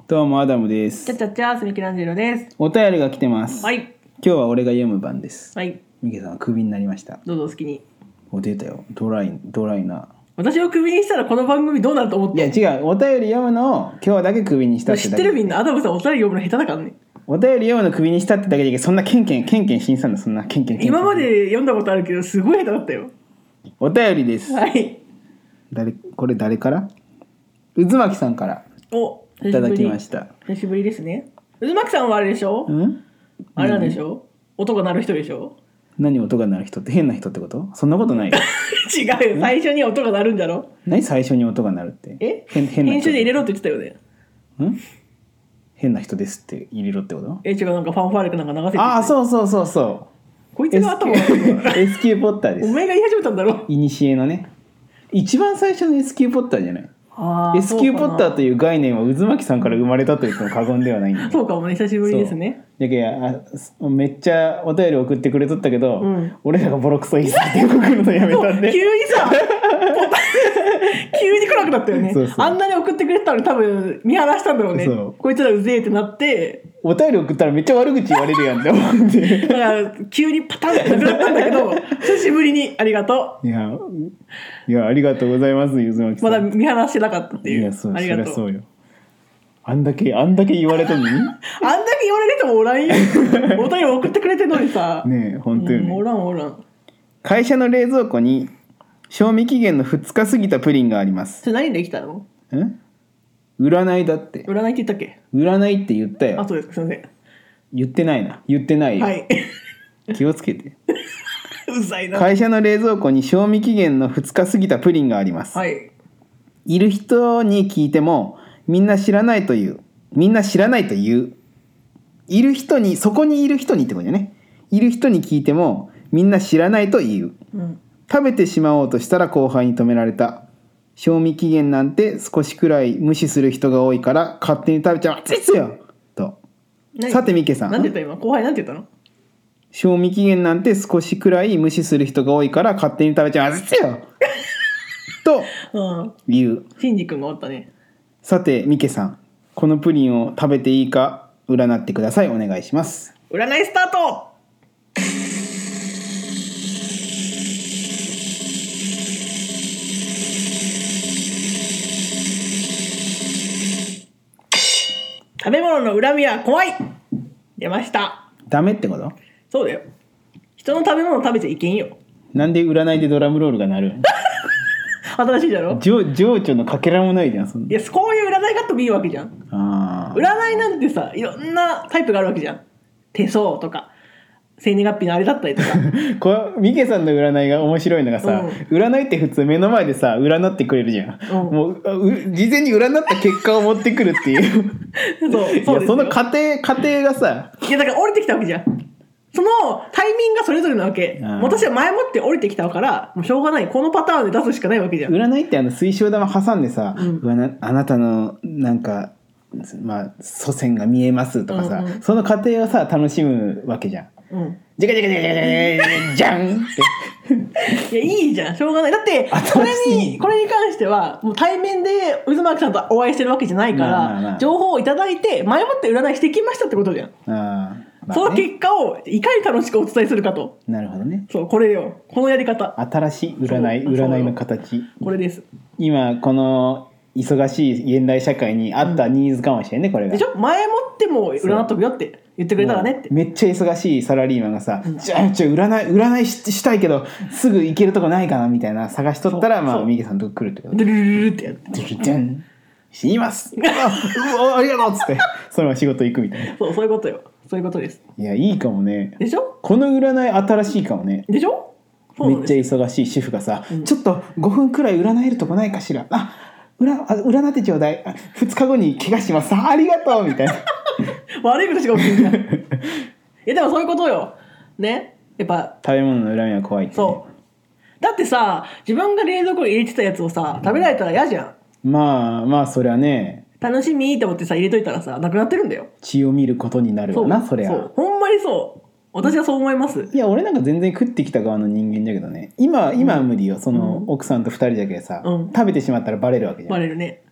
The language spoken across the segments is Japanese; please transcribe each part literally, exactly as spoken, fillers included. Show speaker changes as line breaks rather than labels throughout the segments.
どうもアダムです。
ちゃちゃちゃーすミケランジェロです。
お便りが来てます。
はい。
今日は俺が読む番です。
はい。
ミケさんはクビになりました。
どうぞ好きに。
お出たよ。ドライドライな。
私をクビにしたらこの番組どうなると思って。
いや違う。お便り読むのを今日だけクビにしたってだけ。
知ってるみんな。アダムさんお便り読むの下手だからね。
お便り読むのクビにしたってだけでそんなケンケンケンケン審査のそんなケンケンケンケン。
今まで読んだことあるけどすごい下手だったよ。
お便りです。
はい。
誰これ誰から？渦巻さんから
お
いただきました。
久しぶりですね。渦巻さんはあれでしょ？
ん？
あれなんでしょ？音が鳴る人でしょ？
何音が鳴る人って変な人ってこと？そんなことないよ。
違うよ。最初に音が鳴るんだろ？
何最初に音が鳴るって？
え？
変変な人。
編集で入れろって言ってたよね。
ん？変な人ですって入れろってこと？
え違うなんかファンファーレかなんか流せて。
ああそうそうそうそう。
こいつが頭悪いわ。
エスキューポッターです。
お前が言い始めたんだろ。
いにしえのね。一番最初の エスキュー ポッターじゃない？
あ
エスキュー ポッターという概念は渦巻さんから生まれたと言っても過言ではないんだ。
そうかもね、久しぶりですね。
だけどめっちゃお便り送ってくれとったけど、うん、俺らがボロクソ言い過ぎて送るのやめたんで
急にさ急に来なくなったよね。そうそうあんなに送ってくれてたのに多分見放したんだろうね。こいつらうぜえってなって
お便り送ったらめっちゃ悪口言われるやんって思って
だから急にパタンってなくなったんだけど久しぶりにありがと
う。いやいやありがとうございます。ゆずまきさん
まだ見放してなかったっていう。
いやそう
ありがとう。
そりゃそうよ。あんだけあんだけ言われたのにあんだけ
言われる人もおらんよお便り送ってくれてるのにさ
ねえ本当よね、
うん、おらんおらん。
会社の冷蔵庫に賞味期限のふつか過ぎたプリンがあります。
それ何できたの？ん？
占いだって。
占いって言ったっけ？
占いって言ったよ。
あそうですかすいません。
言ってないな言ってないよ、
はい
気をつけて
うざいな。
会社の冷蔵庫に賞味期限のふつか過ぎたプリンがあります、
はい、
いる人に聞いてもみんな知らないというみんな知らないといういる人にそこにいる人にってことだよね。いる人に聞いてもみんな知らないという、うん、食べてしまおうとしたら後輩に止められた。賞味期限なんて少しくらい無視する人が多いから勝手に食べちゃうですよと。さてミケさん、
なんて言った今後輩なんて言ったの？
賞味期限なんて少しくらい無視する人が多いから勝手に食べちゃうんですよと言う、うん、
シンジ君がおったね。
さてミケさん、このプリンを食べていいか占ってください。お願いします。
占いスタート。食べ物の恨みは怖い。出ました。
ダメってこと？
そうだよ。人の食べ物食べちゃいけんよ。
なんで占いでドラムロールが鳴るん？
新しいじゃろ。
情緒のかけらもないじゃんそんな。
いやこういう占いがあってもいいわけじゃん。あ占いなんてさいろんなタイプがあるわけじゃん。手相とか生年月日のあれだったりとか
こミケさんの占いが面白いのがさ、うん、占いって普通目の前でさ占ってくれるじゃん、うん、もう事前に占った結果を持ってくるっていうそうそうその過程過程がさ
いやだから降りてきたわけじゃん。そのタイミングがそれぞれなわけ。私は前もって降りてきたからもうしょうがない。このパターンで出すしかないわけじゃん。
占いってあの水晶玉挟んでさ、うん、あなたのなんかまあ祖先が見えますとかさ、うんうん、その過程をさ楽しむわけじゃん。うん、じゃかじゃかじゃかじゃかじゃんって
いやいいじゃんしょうがない。だってこれにこれに関してはもう対面で渦巻さんとお会いしてるわけじゃないから、まあまあまあ、情報をいただいて前もって占いしてきましたってことじゃん。あ、まあね、その結果をいかに楽しくお伝えするかと。
なるほどね。
そうこれよこのやり方。
新しい占い占いの形
これです。
今この忙しい現代社会に合ったニーズかもしれんね、うん、これが。で
しょ前もっても占っとくよって言ってくれたらねって。
めっちゃ忙しいサラリーマンがさ、うん、ちょちょ占い占い し, したいけどすぐ行けるとこないかなみたいな探しとったらまあミケさんとこ来るってこと。
ドゥルルルルってやってドゥル
ジャン死にますあ, ありがとうっつってそのまま仕事行くみたいな。
そうそういうことよ。そういうことです。
いやいいかもね。
でしょ。こ
の占い新しいかもね。
でしょ。
めっちゃ忙しい主婦がさ、うん、ちょっとごふんくらい占えるとこないかしら。あ占, 占ってちょうだい。ふつかごに怪我します。ありがとうみたいな
悪いことしか起きないいやでもそういうことよね。やっぱ
食べ物の恨みは怖いって、ね、
そうだってさ自分が冷蔵庫に入れてたやつをさ食べられたら嫌じゃん。
まあまあそりゃね
楽しみって思ってさ入れといたらさなくなってるんだよ。
血を見ることになるわな。 そ, そりゃ
そうほんまにそう私はそう思います。
いや俺なんか全然食ってきた側の人間だけどね。今今は無理よ。その、うん、奥さんとふたりだけでさ、うん、食べてしまったらバレるわけじゃん。
バレるね。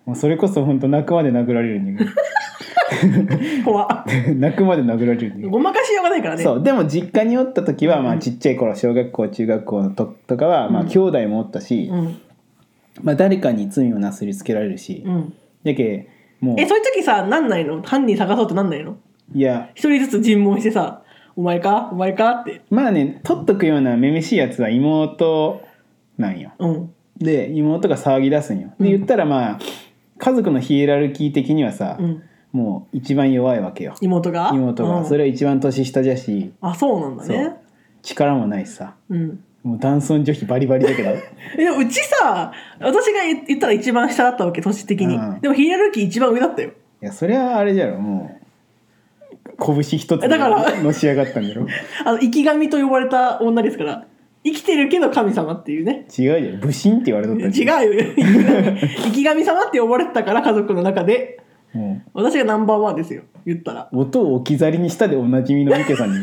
もうそれこそ本当泣くまで殴られるんだけど
怖っ
泣くまで殴られるんだけど
ごまかしようがないからね。
そうでも実家におった時は、まあ、ちっちゃい頃小学校中学校ととかは、まあ、兄弟もおったし、
うん
まあ、誰かに罪をなすりつけられるし、
うん、
だけもう
えそういう時さなんないの？犯人探そうってなんないの？
いや
一人ずつ尋問してさお前かお前かって
まあね取っとくようなめめしいやつは妹なんよ、
うん、
で妹が騒ぎ出すんよで言ったらまあ家族のヒエラルキー的にはさ、うん、もう一番弱いわけよ
妹が
妹が、うん、それは一番年下じゃし
あそうなんだね
力もないしさ、
うん、
もう男尊女卑バリバリだけど
えでもうちさ私が言ったら一番下だったわけ年的に、うん、でもヒエラルキー一番上だったよ。
いやそれはあれじゃろもう拳一つでのし上がったんだろ
あの生き神と呼ばれた女ですから生きてるけど神様っていうね。
違うじゃん武神って言われとった
違うよ生き神様って呼ばれてたから家族の中で、うん、私がナンバーワンですよ言ったら。
音を置き去りにしたでおなじみのミケさんに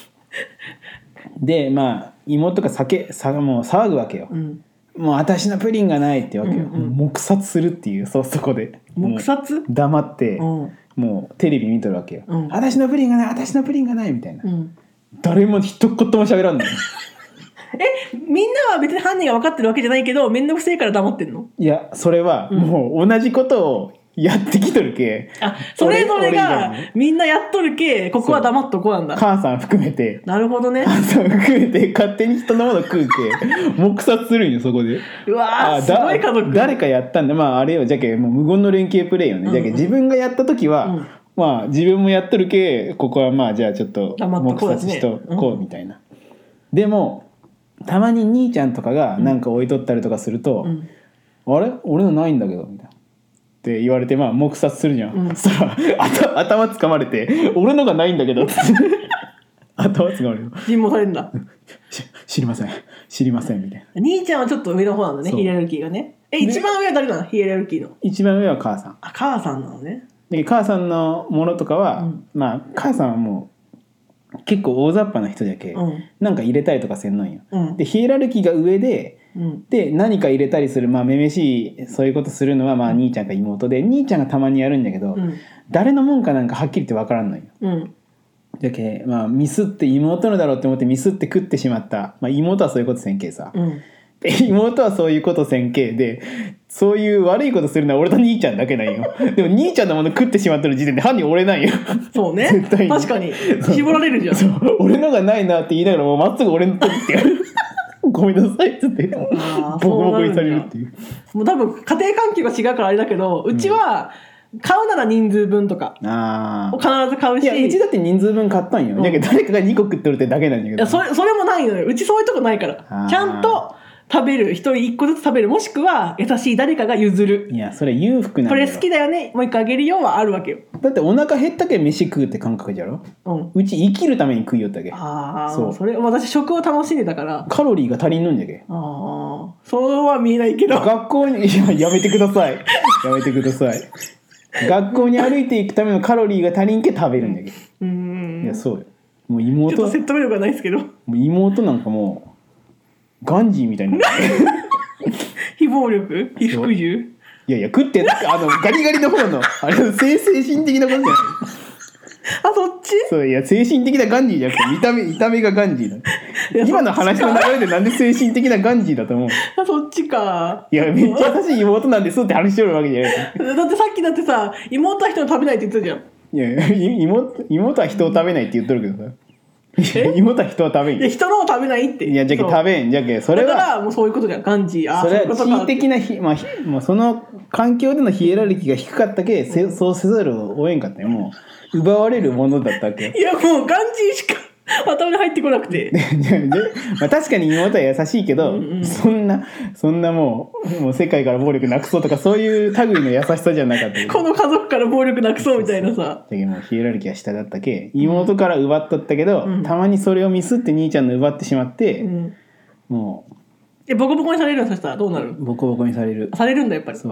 でまあ妹が酒さもう騒ぐわけよ、うん、もう私のプリンがないってわけよ、うんうん、黙殺するっていう そ, そこで
黙殺
黙って、うん、もうテレビ見とるわけよ、うん、私のプリンがない私のプリンがないみたいな、うん、誰も一言も喋らんのよ
えみんなは別に犯人が分かってるわけじゃないけど面倒くせえから黙ってんの？
いやそれはもう同じことをやってきとるけ、
うん、あそれぞれがみんなやっとるけここは黙っとこうなんだ。
母さん含めて
なるほどね
母さん含めて勝手に人のもの食うけ黙殺するんよそこで。
うわーすごい家族。
誰かやったんだまああれよじゃけもう無言の連携プレイよね、うんうん、じゃけ自分がやった時は、うんまあ自分もやっとるけここはまあじゃあちょっと黙殺しとこうみたいな、ねうん、でもたまに兄ちゃんとかがなんか置いとったりとかすると、うん、あれ俺のないんだけどみたいなって言われてまあ黙殺するじゃん、うん、そしたら頭つかまれて俺のがないんだけどって頭つかまれる
尋問されるんだ
知りません知りませんみたいな。
兄ちゃんはちょっと上の方なんだねヒエラルキーがね。え一番上は誰なのヒエラルキーの？一番上は母さん。あ母さんなのね。
で母さんのものとかは、うん、まあ母さんはもう結構大雑把な人じゃけ、うん、なんか入れたりとかせんのんよ、うん、でヒエラルキーが上で、うん、で何か入れたりするまあめめしいそういうことするのはまあ兄ちゃんか妹で兄ちゃんがたまにやるんだけど、うん、誰のもんかなんかはっきり言って分からんのよ、うん、じゃけまあミスって妹のだろうって思ってミスって食ってしまった、まあ、妹はそういうことせんけさ、うん妹はそういうことせんけでそういう悪いことするのは俺と兄ちゃんだけなんよでも兄ちゃんのもの食ってしまってる時点で犯人俺なんよ
そうね絶対に確かに絞られるじゃん
そう俺のがないなって言いながらもうまっすぐ俺の時ってやるごめんなさいっつってボコボコにされるっていう。
もう多分家庭環境が違うからあれだけどうちは、うん買うなら人数分とかを必ず買うし。
いやうちだって人数分買ったんよ、うん、だけど誰かがにこ食ってるってだけなんだけど。
いやそれ、それもないのようちそういうとこないからちゃんと食べる一人一個ずつ食べるもしくは優しい誰かが譲る。
いやそれ裕福なんだよ。
これ好きだよねもう一個あげるよはあるわけよ。
だってお腹減ったけ飯食うって感覚じゃろ、うん、うち生きるために食いよったけ。あ
あそうそれ私食を楽しんでたから
カロリーが足りんのんじゃけ。
ああそうは見えないけど
学校にいややめてくださいやめてください学校に歩いていくためのカロリーが足りんけ食べるんだけど。うーんいやそうよもう妹
ちょっと説得力がないですけども
う妹なんかもうガンジーみたいな
非暴力非服従い
やいや食ってあのガリガリの方のあれ精神的なことじゃない
あそっち
そういや精神的なガンジーじゃなくて見た目見た目がガンジーだ今の話の流れでなんで精神的なガンジーだと思う
あそっちか。
いやめっちゃ優しい妹なんですって話してるわけじゃない
だってさっきだってさ妹は人を食べないって言ってたじゃん。
いや妹妹は人を食べないって言っとるけどさ妹は人は食べん。いや
人のを食べないって。
いやじゃけ食べんじゃけそれは。
だからもうそういうことじゃんガンジー。あ
それは地位的なひまあもうその環境でのヒエラルキーが低かったけ、うん、そうせざるを得んかったよ。もう奪われるものだったわけ。
いやもうガンジーしか頭に入ってこなくて
まあ、確かに妹は優しいけど、うんうん、そんなそんなもう、もう世界から暴力なくそうとかそういう類の優しさじゃなかった
この家族から暴力なくそうみたいなさ。
だけどもうヒエラルキーは下だったけ妹から奪っとったけど、うん、たまにそれをミスって兄ちゃんの奪ってしまって、うん、もう
えボコボコにされるのそしたらどうなる？
ボコボコにされる。
されるんだやっぱり。
そう。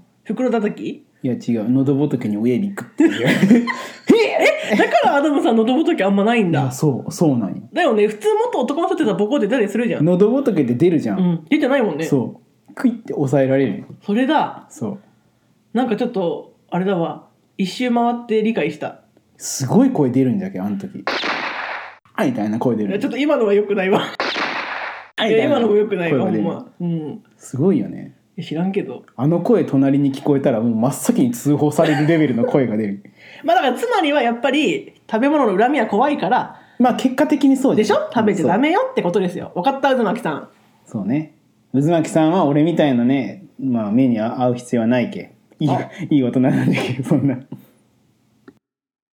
袋叩き？
いや違う喉仏に親指グッて
えだからアダムさん喉仏あんまないんだ。
いやそうそうなんよ。
だよね普通もっと男の人ってさボコで出たりするじゃん。
喉仏って出るじゃん、
うん、出てないもんね。
そうクイって抑えられる。
それだ。
そう
なんかちょっとあれだわ、一周回って理解した。
すごい声出るんじゃけあの時あみたいな声出る。
ちょっと今のは良くないわいや今のも良くないわほんま、うん、
すごいよね。
知らんけど
あの声隣に聞こえたらもう真っ先に通報されるレベルの声が出る
まあだからつまりはやっぱり食べ物の恨みは怖いから
まあ結果的にそう
でしょ、食べちゃダメよってことですよ。分かった渦巻さん。
そうね、渦巻さんは俺みたいなね、まあ目に合う必要はないけいいいい大人なんだけどそんな